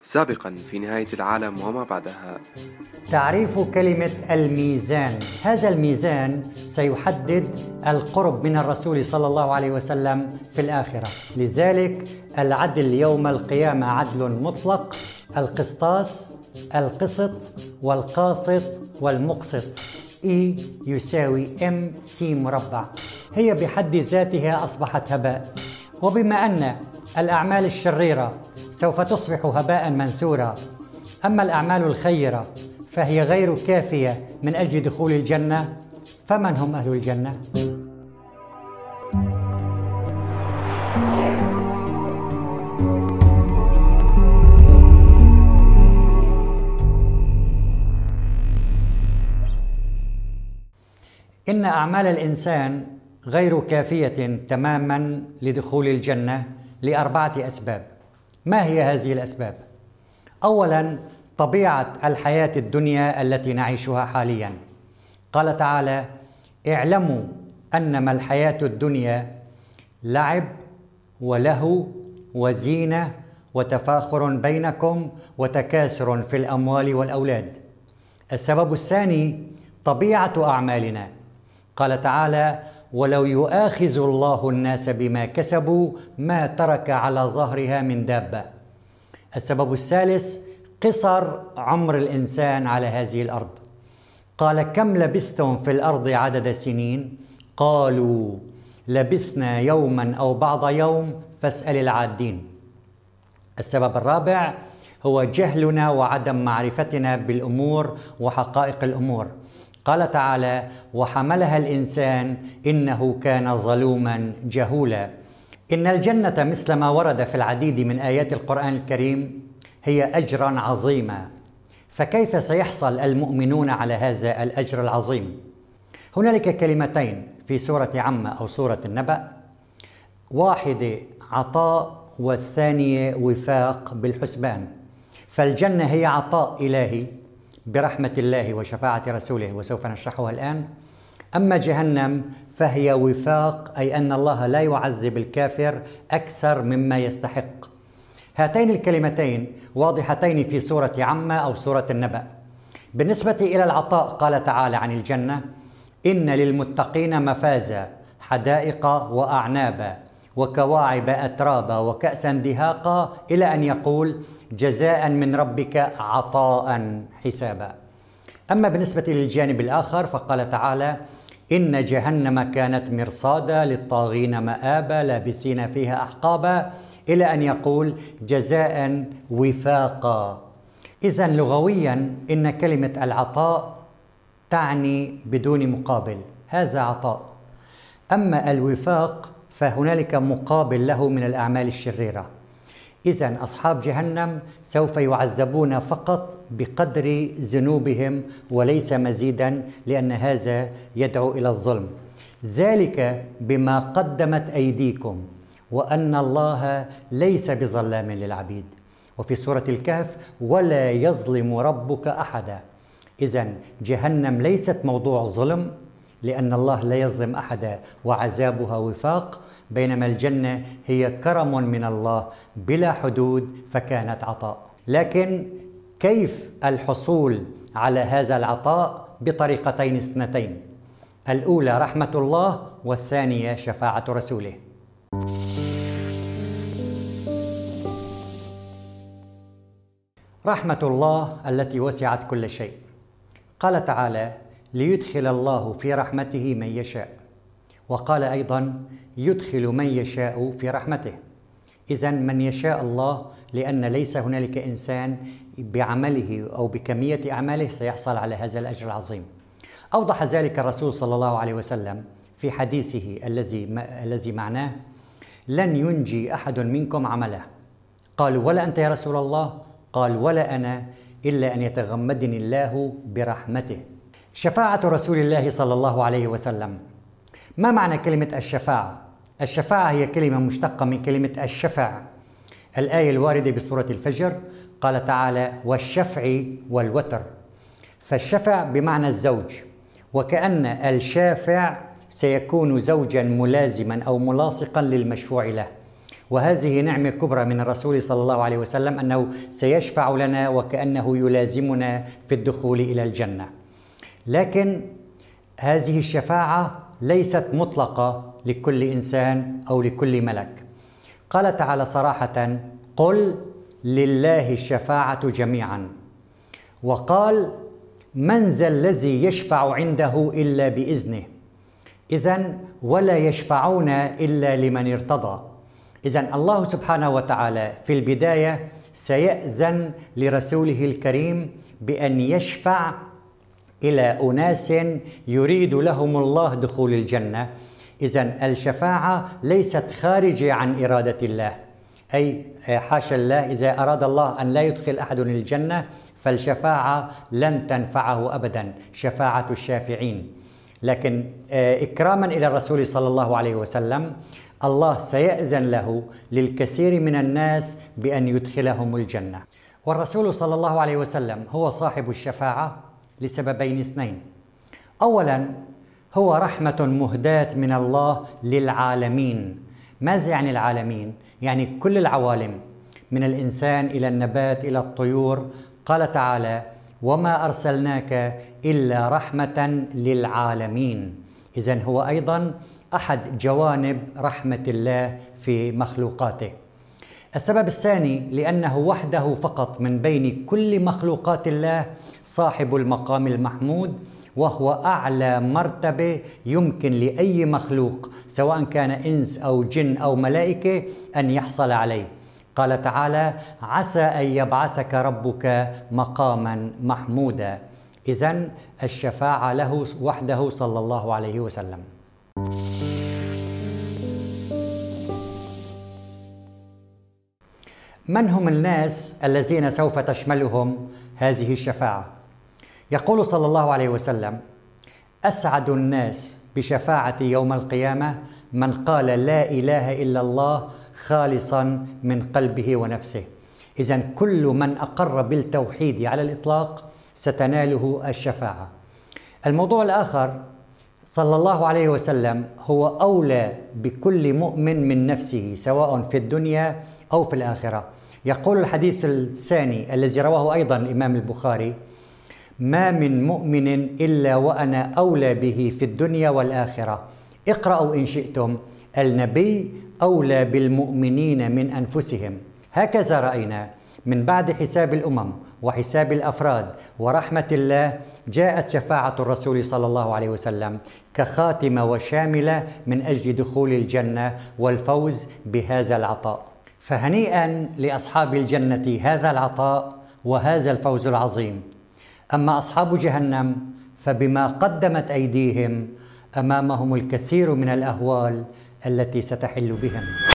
سابقا في نهاية العالم وما بعدها. تعريف كلمة الميزان. هذا الميزان سيحدد القرب من الرسول صلى الله عليه وسلم في الآخرة. لذلك العدل يوم القيامة عدل مطلق، القسطاس، القسط والقاسط والمقسط، E يساوي MC مربع. هي بحد ذاتها أصبحت هباء، وبما أن الأعمال الشريرة سوف تصبح هباء منثورا، أما الأعمال الخيرة فهي غير كافية من أجل دخول الجنة، فمن هم أهل الجنة؟ إن أعمال الإنسان غير كافية تماما لدخول الجنة لأربعة أسباب. ما هي هذه الأسباب؟ أولا، طبيعة الحياة الدنيا التي نعيشها حاليا. قال تعالى: اعلموا أنما الحياة الدنيا لعب ولهو وزينة وتفاخر بينكم وتكاثر في الأموال والأولاد. السبب الثاني، طبيعة أعمالنا. قال تعالى: ولو يؤاخذ الله الناس بما كسبوا ما ترك على ظهرها من دابة. السبب الثالث، قصر عمر الإنسان على هذه الأرض. قال: كم لبثتم في الأرض عدد سنين؟ قالوا لبثنا يوما أو بعض يوم فاسأل العادين. السبب الرابع هو جهلنا وعدم معرفتنا بالأمور وحقائق الأمور. قال تعالى: وحملها الإنسان إنه كان ظلوما جهولا. إن الجنة مثل ما ورد في العديد من آيات القرآن الكريم هي أجرا عظيما، فكيف سيحصل المؤمنون على هذا الأجر العظيم؟ هنالك كلمتين في سورة عمة أو سورة النبأ، واحدة عطاء والثانية وفاق بالحسبان. فالجنة هي عطاء إلهي برحمة الله وشفاعة رسوله، وسوف نشرحها الآن. أما جهنم فهي وفاق، أي أن الله لا يعذب الكافر أكثر مما يستحق. هاتين الكلمتين واضحتين في سورة عمة أو سورة النبأ. بالنسبة إلى العطاء قال تعالى عن الجنة: إن للمتقين مفازا حدائق وأعنابا وكواعب أترابا وكأسا دهاقا، إلى أن يقول: جزاء من ربك عطاء حسابا. أما بالنسبة للجانب الآخر فقال تعالى: إن جهنم كانت مرصادا للطاغين مآبا لابثين فيها أحقابا، إلى أن يقول: جزاء وفاقا. إذن لغويا إن كلمة العطاء تعني بدون مقابل، هذا عطاء. أما الوفاق فهنالك مقابل له من الأعمال الشريرة. إذن أصحاب جهنم سوف يعذبون فقط بقدر ذنوبهم وليس مزيدا، لأن هذا يدعو إلى الظلم. ذلك بما قدمت أيديكم وأن الله ليس بظلام للعبيد. وفي سورة الكهف: ولا يظلم ربك أحدا. إذن جهنم ليست موضوع ظلم، لأن الله لا يظلم أحدا وعذابها وفاق، بينما الجنة هي كرم من الله بلا حدود فكانت عطاء. لكن كيف الحصول على هذا العطاء؟ بطريقتين اثنتين: الأولى رحمة الله، والثانية شفاعة رسوله. رحمة الله التي وسعت كل شيء. قال تعالى: ليدخل الله في رحمته من يشاء. وقال أيضا: يدخل من يشاء في رحمته. إذن من يشاء الله، لأن ليس هنالك إنسان بعمله أو بكمية أعماله سيحصل على هذا الأجر العظيم. أوضح ذلك الرسول صلى الله عليه وسلم في حديثه الذي معناه: لن ينجي أحد منكم عمله. قالوا: ولا أنت يا رسول الله؟ قال: ولا أنا، إلا أن يتغمدني الله برحمته. شفاعة رسول الله صلى الله عليه وسلم. ما معنى كلمة الشفاعة؟ الشفاعة هي كلمة مشتقة من كلمة الشفع. الآية الواردة بسورة الفجر قال تعالى: والشفع والوتر. فالشفع بمعنى الزوج، وكأن الشافع سيكون زوجا ملازما أو ملاصقا للمشفوع له. وهذه نعمة كبرى من الرسول صلى الله عليه وسلم أنه سيشفع لنا وكأنه يلازمنا في الدخول إلى الجنة. لكن هذه الشفاعة ليست مطلقة لكل إنسان أو لكل ملك. قال تعالى صراحة: قل لله الشفاعة جميعا. وقال: من ذا الذي يشفع عنده إلا بإذنه. إذن ولا يشفعون إلا لمن ارتضى. إذن الله سبحانه وتعالى في البداية سيأذن لرسوله الكريم بأن يشفع إلى أناس يريد لهم الله دخول الجنة. إذن الشفاعة ليست خارجة عن إرادة الله، أي حاشا الله، إذا أراد الله أن لا يدخل أحد الجنة فالشفاعة لن تنفعه أبدا، شفاعة الشافعين. لكن إكراما إلى الرسول صلى الله عليه وسلم الله سيأذن له للكثير من الناس بأن يدخلهم الجنة. والرسول صلى الله عليه وسلم هو صاحب الشفاعة لسببين اثنين. أولا، هو رحمة مهداة من الله للعالمين. ماذا يعني العالمين؟ يعني كل العوالم، من الإنسان إلى النبات إلى الطيور. قال تعالى: وما أرسلناك إلا رحمة للعالمين. إذن هو أيضا أحد جوانب رحمة الله في مخلوقاته. السبب الثاني، لأنه وحده فقط من بين كل مخلوقات الله صاحب المقام المحمود، وهو أعلى مرتبة يمكن لأي مخلوق سواء كان إنس أو جن أو ملائكة أن يحصل عليه. قال تعالى: عسى أن يبعثك ربك مقاما محمودا. إذن الشفاعة له وحده صلى الله عليه وسلم. من هم الناس الذين سوف تشملهم هذه الشفاعة؟ يقول صلى الله عليه وسلم: أسعد الناس بشفاعة يوم القيامة من قال لا إله إلا الله خالصا من قلبه ونفسه. إذن كل من أقر بالتوحيد على الإطلاق ستناله الشفاعة. الموضوع الآخر، صلى الله عليه وسلم هو أولى بكل مؤمن من نفسه سواء في الدنيا أو في الآخرة. يقول الحديث الثاني الذي رواه أيضا الإمام البخاري: ما من مؤمن إلا وأنا أولى به في الدنيا والآخرة. اقرأوا إن شئتم: النبي أولى بالمؤمنين من أنفسهم. هكذا رأينا من بعد حساب الأمم وحساب الأفراد ورحمة الله جاءت شفاعة الرسول صلى الله عليه وسلم كخاتمة وشاملة من أجل دخول الجنة والفوز بهذا العطاء. فهنيئا لأصحاب الجنة هذا العطاء وهذا الفوز العظيم. أما أصحاب جهنم فبما قدمت أيديهم أمامهم الكثير من الأهوال التي ستحل بهم.